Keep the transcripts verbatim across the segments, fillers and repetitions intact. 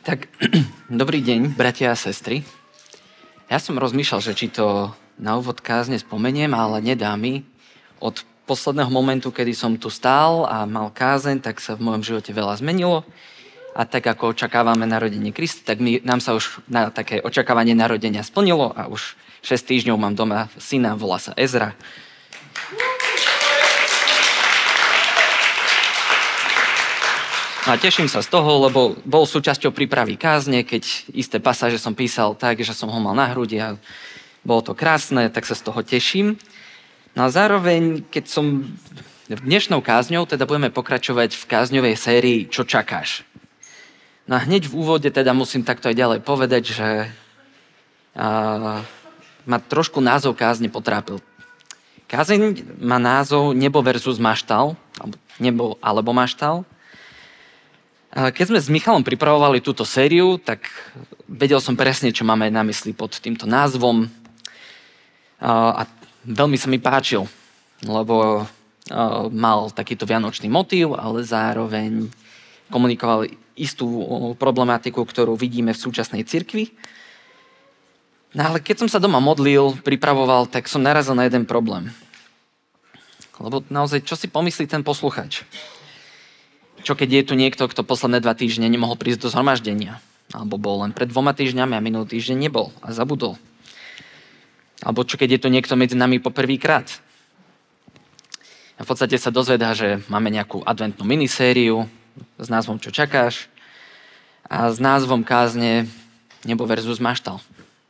Tak, dobrý deň, bratia a sestry. Ja som rozmýšľal, že či to na úvod kázne spomeniem, ale nedá mi. Od posledného momentu, kedy som tu stál a mal kázeň, tak sa v mojom živote veľa zmenilo. A tak ako očakávame narodenie Krista, tak my, nám sa už na také očakávanie narodenia splnilo a už šesť týždňov mám doma syna, volá sa Ezra. A teším sa z toho, lebo bol súčasťou prípravy kázne, keď isté pasáže som písal tak, že som ho mal na hrudi a bolo to krásne, tak sa z toho teším. No a zároveň, keď som dnešnou kázňou, teda budeme pokračovať v kázňovej sérii Čo čakáš? No a hneď v úvode teda musím takto aj ďalej povedať, že a, ma trošku názov kázne potrápil. Kázeň má názov Nebo versus maštal, alebo Nebo alebo maštal. Keď sme s Michalom pripravovali túto sériu, tak vedel som presne, čo máme na mysli pod týmto názvom. A veľmi sa mi páčil, lebo mal takýto vianočný motív, ale zároveň komunikoval istú problematiku, ktorú vidíme v súčasnej cirkvi. No ale keď som sa doma modlil, pripravoval, tak som narazil na jeden problém. Lebo naozaj, čo si pomyslí ten posluchač? Čo keď je tu niekto, kto posledné dva týždne nemohol prísť do zhromaždenia? Alebo bol len pred dvoma týždňami a minulý týždeň nebol a zabudol? Alebo čo keď je tu niekto medzi nami po prvýkrát? A v podstate sa dozvedá, že máme nejakú adventnú minisériu s názvom Čo čakáš? A s názvom kázne Nebo versus maštal.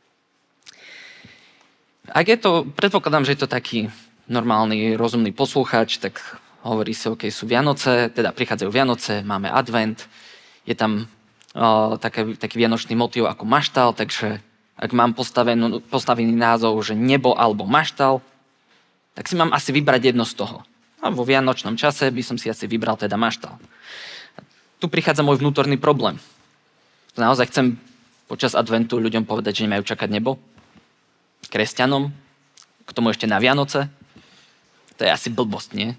Ak je to, predpokladám, že je to taký normálny, rozumný posluchač, tak hovorí si, OK, sú Vianoce, teda prichádzajú Vianoce, máme advent, je tam o, taký, taký vianočný motív ako maštal, takže ak mám postavenú, postavený názov, že nebo alebo maštal, tak si mám asi vybrať jedno z toho. A vo vianočnom čase by som si asi vybral teda maštal. A tu prichádza môj vnútorný problém. Naozaj chcem počas adventu ľuďom povedať, že nemajú čakať nebo. Kresťanom, k tomu ešte na Vianoce. To je asi blbosť, nie?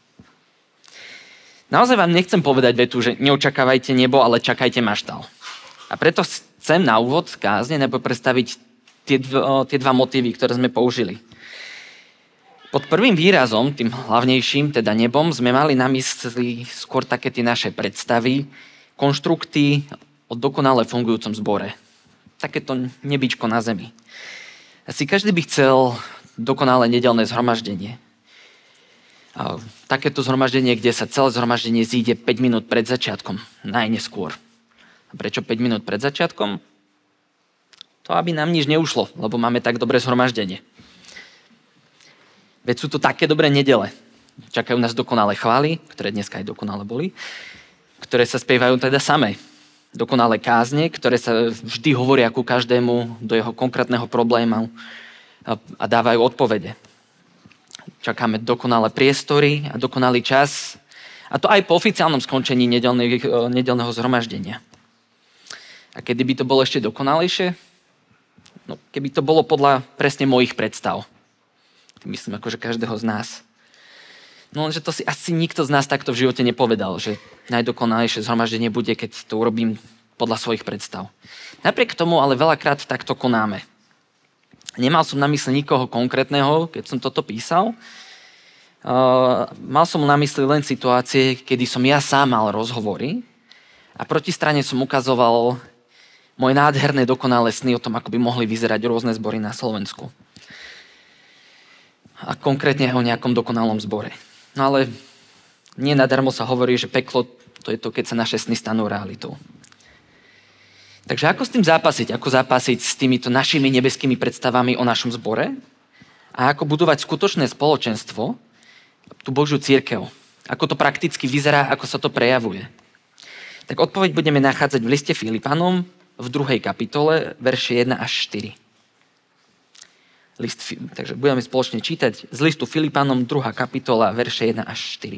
Naozaj vám nechcem povedať vetu, že neočakávajte nebo, ale čakajte maštal. A preto chcem na úvod kázne nebo predstaviť tie, dv- tie dva motívy, ktoré sme použili. Pod prvým výrazom, tým hlavnejším, teda nebom, sme mali na mysli skôr také tie naše predstavy, konštrukty o dokonale fungujúcom zbore. Takéto nebičko na zemi. Asi každý by chcel dokonale nedeľné zhromaždenie. A takéto zhromaždenie, kde sa celé zhromaždenie zíde päť minút pred začiatkom, najneskôr. A prečo päť minút pred začiatkom? To, aby nám nič neušlo, lebo máme tak dobré zhromaždenie. Veď sú to také dobré nedele. Čakajú nás dokonalé chvály, ktoré dneska aj dokonale boli, ktoré sa spievajú teda samé. Dokonalé kázne, ktoré sa vždy hovoria ku každému do jeho konkrétneho problému a, a dávajú odpovede. Čakáme dokonalé priestory a dokonalý čas. A to aj po oficiálnom skončení nedeľného zhromaždenia. A kedy by to bolo ešte dokonalejšie? No, keby to bolo podľa presne mojich predstav. Myslím, akože každého z nás. No lenže to si asi nikto z nás takto v živote nepovedal, že najdokonalejšie zhromaždenie bude, keď to urobím podľa svojich predstav. Napriek tomu ale veľakrát takto konáme. Nemal som na mysli nikoho konkrétneho, keď som toto písal. Uh, mal som na mysli len situácie, kedy som ja sám mal rozhovory a proti strane som ukazoval moje nádherné dokonalé sny o tom, ako by mohli vyzerať rôzne zbory na Slovensku. A konkrétne o nejakom dokonalom zbore. No ale nie nadarmo sa hovorí, že peklo to je to, keď sa naše sny stanú realitou. Takže ako s tým zápasiť? Ako zápasiť s týmito našimi nebeskými predstavami o našom zbore? A ako budovať skutočné spoločenstvo, tú Božiu cirkev? Ako to prakticky vyzerá, ako sa to prejavuje? Tak odpoveď budeme nachádzať v liste Filipanom v druhej kapitole, verše jeden až štyri. List, takže budeme spoločne čítať z listu Filipanom, druhá kapitola, verše jeden až štyri.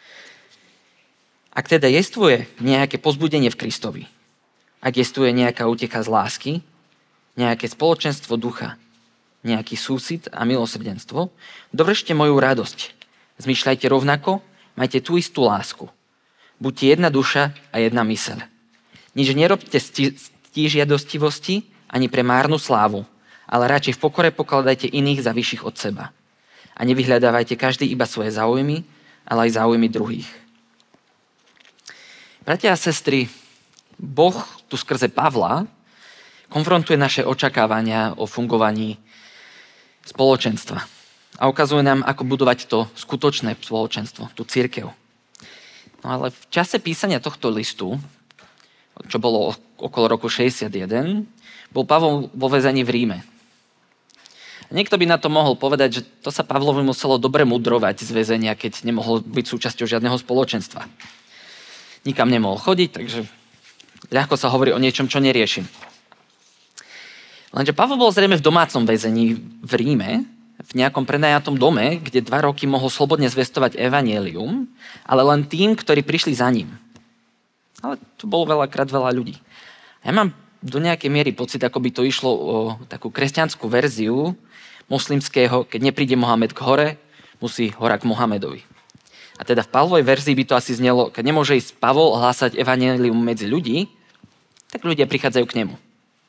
Ak teda jestvuje nejaké pozbudenie v Kristovi, ak jestvuje nejaká úteka z lásky, nejaké spoločenstvo ducha, nejaký súcit a milosrdenstvo, dovršte moju radosť. Zmýšľajte rovnako, majte tú istú lásku. Buďte jedna duša a jedna myseľ. Nič nerobte z ctižiadostivosti ani pre márnu slávu, ale radšej v pokore pokladajte iných za vyšších od seba. A nevyhľadávajte každý iba svoje záujmy, ale aj záujmy druhých. Bratia a sestry, Boh tu skrze Pavla konfrontuje naše očakávania o fungovaní spoločenstva a ukazuje nám, ako budovať to skutočné spoločenstvo, tú cirkev. No ale v čase písania tohto listu, čo bolo okolo roku šesťdesiatjeden, bol Pavol vo väzení v Ríme. A niekto by na to mohol povedať, že to sa Pavlovi muselo dobre mudrovať z väzenia, keď nemohol byť súčasťou žiadneho spoločenstva. Nikam nemohol chodiť, takže ľahko sa hovorí o niečom, čo neriešim. Lenže Pavol bol zrejme v domácom väzení v Ríme, v nejakom prenajatom dome, kde dva roky mohol slobodne zvestovať evanjelium, ale len tým, ktorí prišli za ním. Ale to bolo veľakrát veľa ľudí. Ja mám do nejakej miery pocit, ako by to išlo o takú kresťanskú verziu moslimského, keď nepríde Mohamed k hore, musí hora k Mohamedovi. A teda v Pavlovej verzii by to asi znelo, keď nemôže ísť Pavol hlásať evanjelium medzi ľudí, tak ľudia prichádzajú k nemu.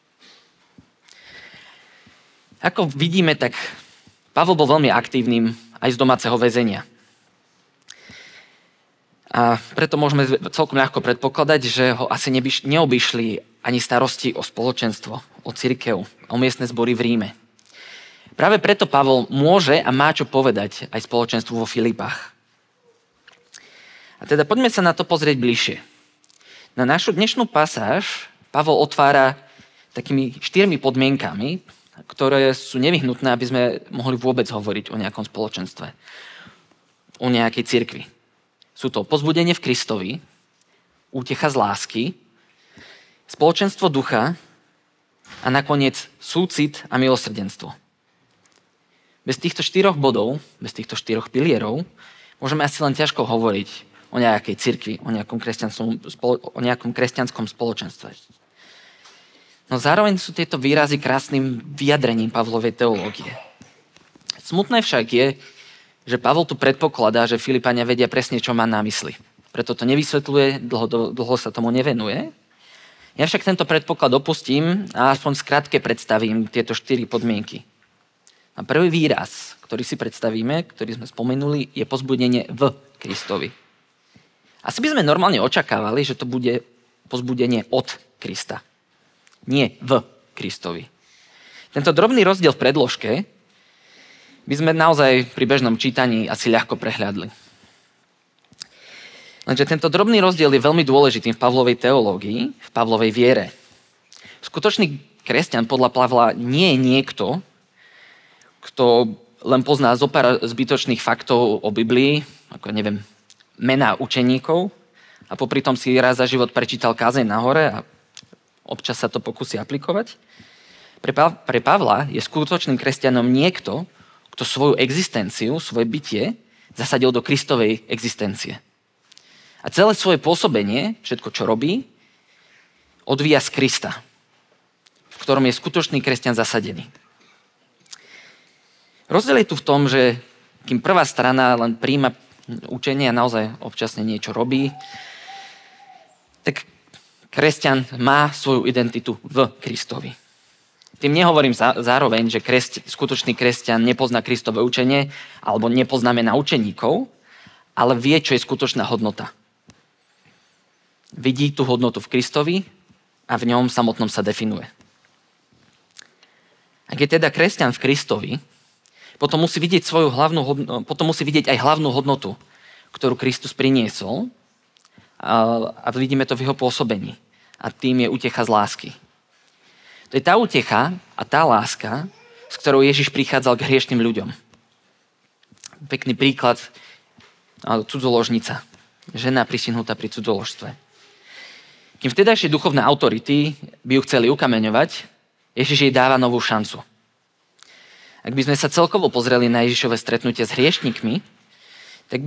Ako vidíme, tak Pavol bol veľmi aktívnym aj z domáceho väzenia. A preto môžeme celkom ľahko predpokladať, že ho asi nebyš, neobyšli ani starosti o spoločenstvo, o cirkev, o miestne zbory v Ríme. Práve preto Pavol môže a má čo povedať aj spoločenstvu vo Filipách. A teda poďme sa na to pozrieť bližšie. Na našu dnešnú pasáž Pavol otvára takými štyrmi podmienkami, ktoré sú nevyhnutné, aby sme mohli vôbec hovoriť o nejakom spoločenstve, o nejakej cirkvi. Sú to povzbudenie v Kristovi, útecha z lásky, spoločenstvo ducha a nakoniec súcit a milosrdenstvo. Bez týchto štyroch bodov, bez týchto štyroch pilierov, môžeme asi len ťažko hovoriť o nejakej cirkvi, o nejakom kresťanskom, o nejakom kresťanskom spoločenstve. No zároveň sú tieto výrazy krásnym vyjadrením Pavlovej teológie. Smutné však je, že Pavol tu predpokladá, že Filipania vedia presne, čo má na mysli. Preto to nevysvetľuje, dlho, dlho sa tomu nevenuje. Ja však tento predpoklad opustím a aspoň skrátke predstavím tieto štyri podmienky. A prvý výraz, ktorý si predstavíme, ktorý sme spomenuli, je povzbudenie v Kristovi. Asi by sme normálne očakávali, že to bude povzbudenie od Krista. Nie v Kristovi. Tento drobný rozdiel v predložke by sme naozaj pri bežnom čítaní asi ľahko prehľadli. Lenže tento drobný rozdiel je veľmi dôležitý v Pavlovej teológii, v Pavlovej viere. Skutočný kresťan podľa Pavla nie je niekto, kto len pozná zo pár zbytočných faktov o Biblii, ako neviem, mená učeníkov a popri tom si raz za život prečítal kázeň na hore a občas sa to pokusí aplikovať. Pre, pa- pre Pavla je skutočným kresťanom niekto, kto svoju existenciu, svoje bytie zasadil do Kristovej existencie. A celé svoje pôsobenie, všetko, čo robí, odvíja z Krista, v ktorom je skutočný kresťan zasadený. Rozdiel je tu v tom, že kým prvá strana len príjma učenie a naozaj občasne niečo robí, tak kresťan má svoju identitu v Kristovi. Tým nehovorím zároveň, že kresť, skutočný kresťan nepozná Kristové učenie alebo nepoznáme na učeníkov, ale vie, čo je skutočná hodnota. Vidí tú hodnotu v Kristovi a v ňom samotnom sa definuje. Ak je teda kresťan v Kristovi, potom musí vidieť svoju hlavnú hodnotu, potom musí vidieť aj hlavnú hodnotu, ktorú Kristus priniesol a, a vidíme to v jeho pôsobení. A tým je útecha z lásky. To je tá útecha a tá láska, s ktorou Ježiš prichádzal k hriešným ľuďom. Pekný príklad, cudzoložnica. Žena pristihnutá pri cudzoložstve. Kým vtedajšie duchovné autority by ju chceli ukameňovať, Ježiš jej dáva novú šancu. Ak by sme sa celkovo pozreli na Ježišové stretnutie s hriešnikmi, tak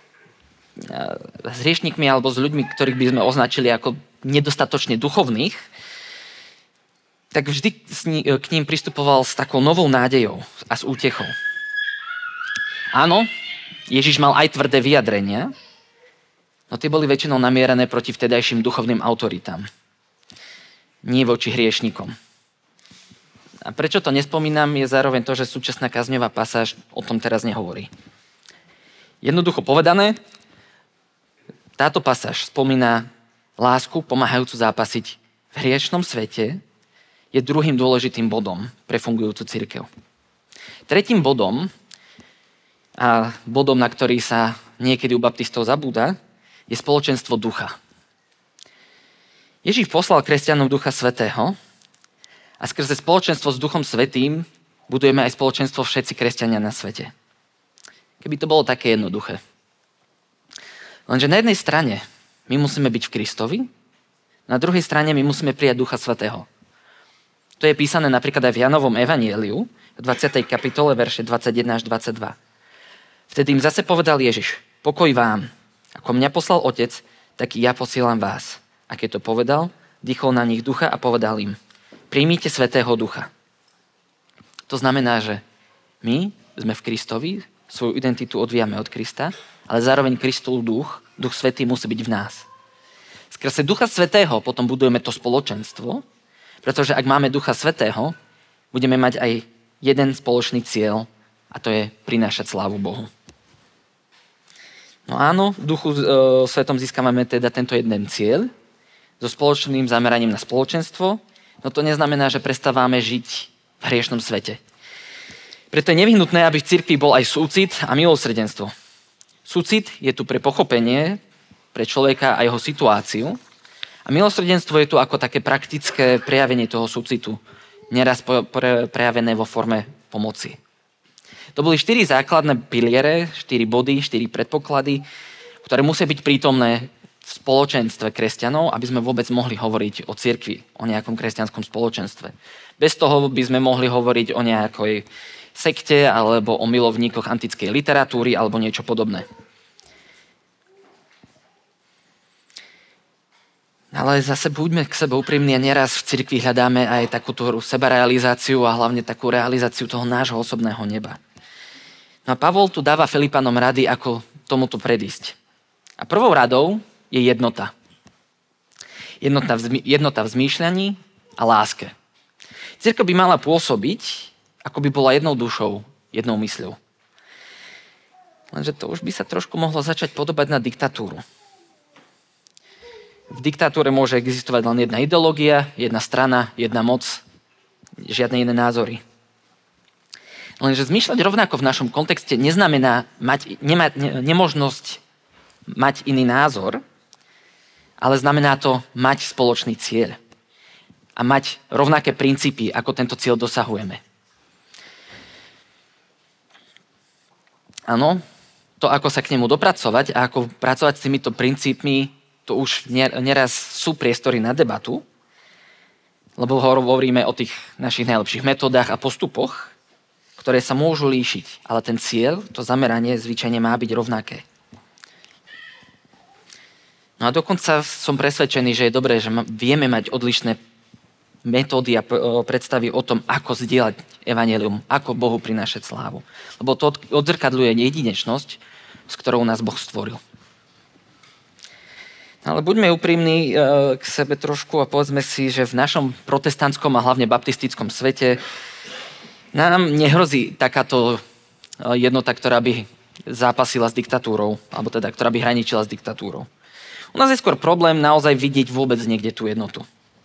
s hriešnikmi alebo s ľuďmi, ktorých by sme označili ako nedostatočne duchovných, tak vždy k ním pristupoval s takou novou nádejou a s útechou. Áno, Ježiš mal aj tvrdé vyjadrenia, no tie boli väčšinou namierené proti vtedajším duchovným autoritám. nie voči hriešnikom. A prečo to nespomínam, je zároveň to, že súčasná kázňová pasáž o tom teraz nehovorí. Jednoducho povedané, táto pasáž spomína lásku pomáhajúcu zápasiť v hriešnom svete, je druhým dôležitým bodom pre fungujúcu cirkev. Tretím bodom, a bodom, na ktorý sa niekedy u baptistov zabúda, je spoločenstvo ducha. Ježíš poslal kresťanom Ducha Svätého a skrze spoločenstvo s Duchom Svätým budujeme aj spoločenstvo všetci kresťania na svete. Keby to bolo také jednoduché. Lenže na jednej strane my musíme byť v Kristovi, na druhej strane my musíme prijať Ducha Svätého. To je písané napríklad aj v Janovom evanjeliu, v dvadsiatej kapitole, verše dvadsaťjeden až dvadsaťdva. Vtedy im zase povedal Ježiš, pokoj vám, ako mňa poslal Otec, tak i ja posielam vás. A keď to povedal, dýchol na nich ducha a povedal im, príjmite Svätého Ducha. To znamená, že my sme v Kristovi, svoju identitu odvíjame od Krista, ale zároveň Kristov duch, Duch Svätý musí byť v nás. Skrze Ducha Svätého potom budujeme to spoločenstvo, pretože ak máme Ducha Svätého, budeme mať aj jeden spoločný cieľ a to je prinášať slávu Bohu. No áno, v Duchu e, Svetom získavame teda tento jeden cieľ so spoločným zameraním na spoločenstvo, no to neznamená, že prestávame žiť v hriešnom svete. Preto je nevyhnutné, aby v cirkvi bol aj súcit a milosrdenstvo. Súcit je tu pre pochopenie, pre človeka a jeho situáciu a milosrdenstvo je tu ako také praktické prejavenie toho súcitu, neraz prejavené vo forme pomoci. To boli štyri základné piliere, štyri body, štyri predpoklady, ktoré musia byť prítomné v spoločenstve kresťanov, aby sme vôbec mohli hovoriť o cirkvi, o nejakom kresťanskom spoločenstve. Bez toho by sme mohli hovoriť o nejakej sekte alebo o milovníkoch antickej literatúry alebo niečo podobné. Ale zase buďme k sebe úprimní a neraz v cirkvi hľadáme aj takúto sebarealizáciu a hlavne takú realizáciu toho nášho osobného neba. No a Pavol tu dáva Filipanom rady, ako tomuto predísť. A prvou radou je jednota. Jednota v, zmy- jednota v zmýšľaní a láske. Cirkev by mala pôsobiť, ako by bola jednou dušou, jednou mysľou. Lenže to už by sa trošku mohlo začať podobať na diktatúru. V diktatúre môže existovať len jedna ideológia, jedna strana, jedna moc, žiadne iné názory. Lenže zmýšľať rovnako v našom kontexte neznamená mať, nemať, ne, nemožnosť mať iný názor, ale znamená to mať spoločný cieľ a mať rovnaké princípy, ako tento cieľ dosahujeme. Áno, to, ako sa k nemu dopracovať a ako pracovať s týmito princípmi, to už neraz sú priestory na debatu, lebo hovoríme o tých našich najlepších metodách a postupoch, ktoré sa môžu líšiť, ale ten cieľ, to zameranie zvyčajne má byť rovnaké. No a dokonca som presvedčený, že je dobré, že vieme mať odlišné metódy a predstavy o tom, ako zdieľať evanjelium, ako Bohu prinášať slávu. Lebo to odzrkadľuje jedinečnosť, s ktorou nás Boh stvoril. Ale buďme úprimní k sebe trošku a povedzme si, že v našom protestantskom a hlavne baptistickom svete nám nehrozí takáto jednota, ktorá by zápasila s diktatúrou, alebo teda, ktorá by hraničila s diktatúrou. U nás je skôr problém naozaj vidieť vôbec niekde tú jednotu.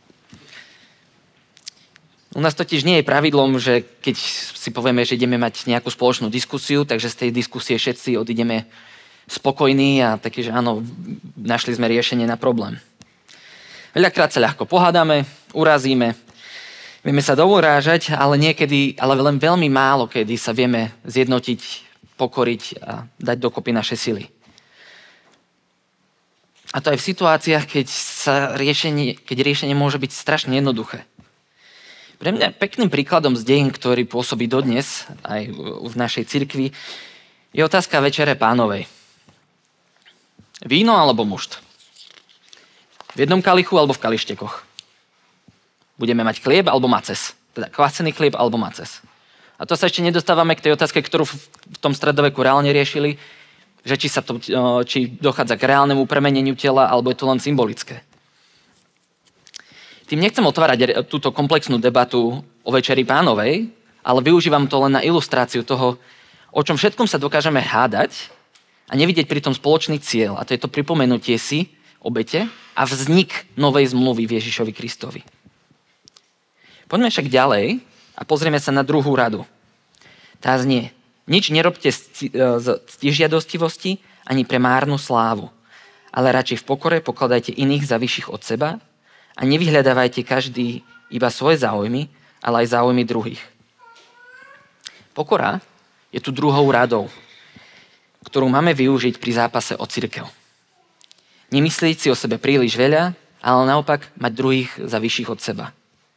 U nás totiž nie je pravidlom, že keď si povieme, že ideme mať nejakú spoločnú diskusiu, takže z tej diskusie všetci odídeme spokojní a taký, že áno, našli sme riešenie na problém. Veľakrát sa ľahko pohádame, urazíme, vieme sa dourážať, ale niekedy, ale len veľmi málo kedy sa vieme zjednotiť, pokoriť a dať dokopy naše sily. A to aj v situáciách, keď, sa riešenie, keď riešenie môže byť strašne jednoduché. Pre mňa pekným príkladom z dejín, ktorý pôsobí dodnes aj v našej cirkvi, je otázka Večere Pánovej. Víno alebo mušt? V jednom kalichu alebo v kalištekoch? Budeme mať chlieb alebo maces? Teda kvasený chlieb alebo maces? A to sa ešte nedostávame k tej otázke, ktorú v tom stredoveku reálne riešili, že či, sa to, či dochádza k reálnemu premeneniu tela, alebo je to len symbolické. Tým nechcem otvárať túto komplexnú debatu o Večeri Pánovej, ale využívam to len na ilustráciu toho, o čom všetkom sa dokážeme hádať a nevidieť pri tom spoločný cieľ. A to je to pripomenutie si obete a vznik novej zmluvy v Ježišovi Kristovi. Poďme však ďalej a pozrieme sa na druhú radu. Tá znie: nič nerobte z ctižiadostivosti ani pre márnu slávu, ale radšej v pokore pokladajte iných za vyšších od seba a nevyhľadávajte každý iba svoje záujmy, ale aj záujmy druhých. Pokora je tu druhou radou, ktorú máme využiť pri zápase o cirkev. Nemyslieť si o sebe príliš veľa, ale naopak mať druhých za vyšších od seba.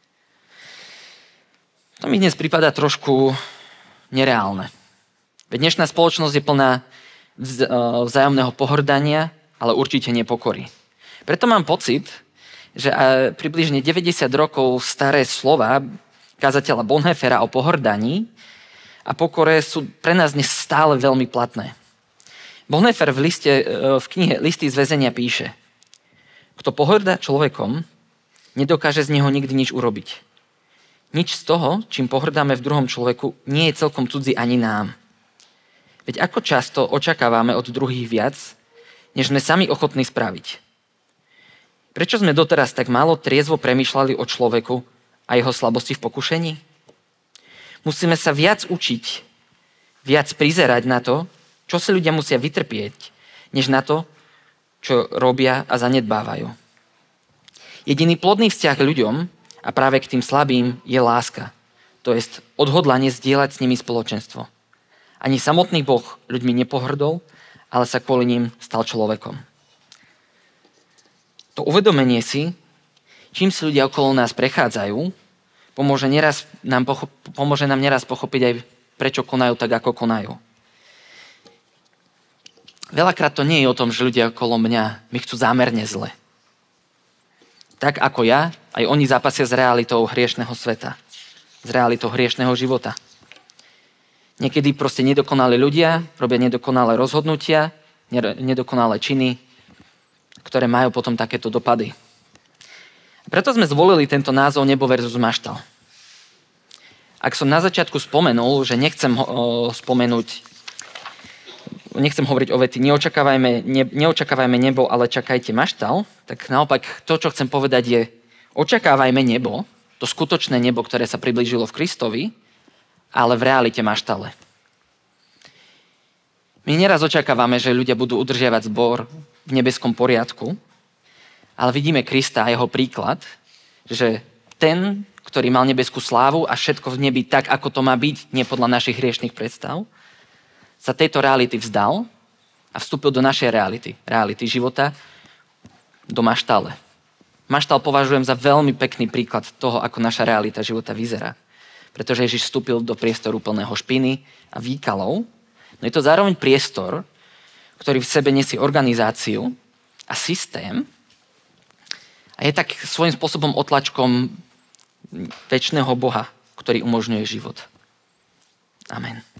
To mi dnes pripadá trošku nereálne. Veď dnešná spoločnosť je plná vzájomného pohrdania, ale určite nepokory. Preto mám pocit, že približne deväťdesiat rokov staré slova kázateľa Bonhoeffera o pohrdaní a pokore sú pre nás dnes stále veľmi platné. Bonhoeffer v, liste, v knihe Listy z väzenia píše: kto pohrdá človekom, nedokáže z neho nikdy nič urobiť. Nič z toho, čím pohrdáme v druhom človeku, nie je celkom cudzí ani nám. Veď ako často očakávame od druhých viac, než sme sami ochotní spraviť. Prečo sme doteraz tak málo triezvo premýšľali o človeku a jeho slabosti v pokušení? Musíme sa viac učiť, viac prizerať na to, čo si ľudia musia vytrpieť, než na to, čo robia a zanedbávajú. Jediný plodný vzťah k ľuďom a práve k tým slabým je láska, to jest odhodlanie zdieľať s nimi spoločenstvo. Ani samotný Boh ľuďmi nepohrdol, ale sa kvôli ním stal človekom. To uvedomenie si, čím si ľudia okolo nás prechádzajú, pomôže, neraz nám pochop- pomôže nám neraz pochopiť aj, prečo konajú tak, ako konajú. Veľakrát to nie je o tom, že ľudia okolo mňa mi chcú zámerne zle. Tak ako ja, aj oni zápasia s realitou hriešneho sveta. S realitou hriešneho života. Niekedy proste nedokonalí ľudia robia nedokonalé rozhodnutia, nedokonalé činy, ktoré majú potom takéto dopady. Preto sme zvolili tento názov Nebo versus maštal. Ak som na začiatku spomenul, že nechcem ho, spomenúť Nechcem hovoriť o vety, neočakávajme, ne, neočakávajme nebo, ale čakajte maštal, tak naopak to, čo chcem povedať je, očakávajme nebo, to skutočné nebo, ktoré sa priblížilo v Kristovi, ale v realite maštale. My neraz očakávame, že ľudia budú udržiavať zbor v nebeskom poriadku, ale vidíme Krista a jeho príklad, že ten, ktorý mal nebeskú slávu a všetko v nebi tak, ako to má byť, nie podľa našich hriešnych predstav, sa tejto reality vzdal a vstúpil do našej reality, reality života, do maštale. Maštal považujem za veľmi pekný príklad toho, ako naša realita života vyzerá. Pretože Ježiš vstúpil do priestoru plného špiny a výkalov, no je to zároveň priestor, ktorý v sebe nesie organizáciu a systém a je tak svojím spôsobom otlačkom večného Boha, ktorý umožňuje život. Amen.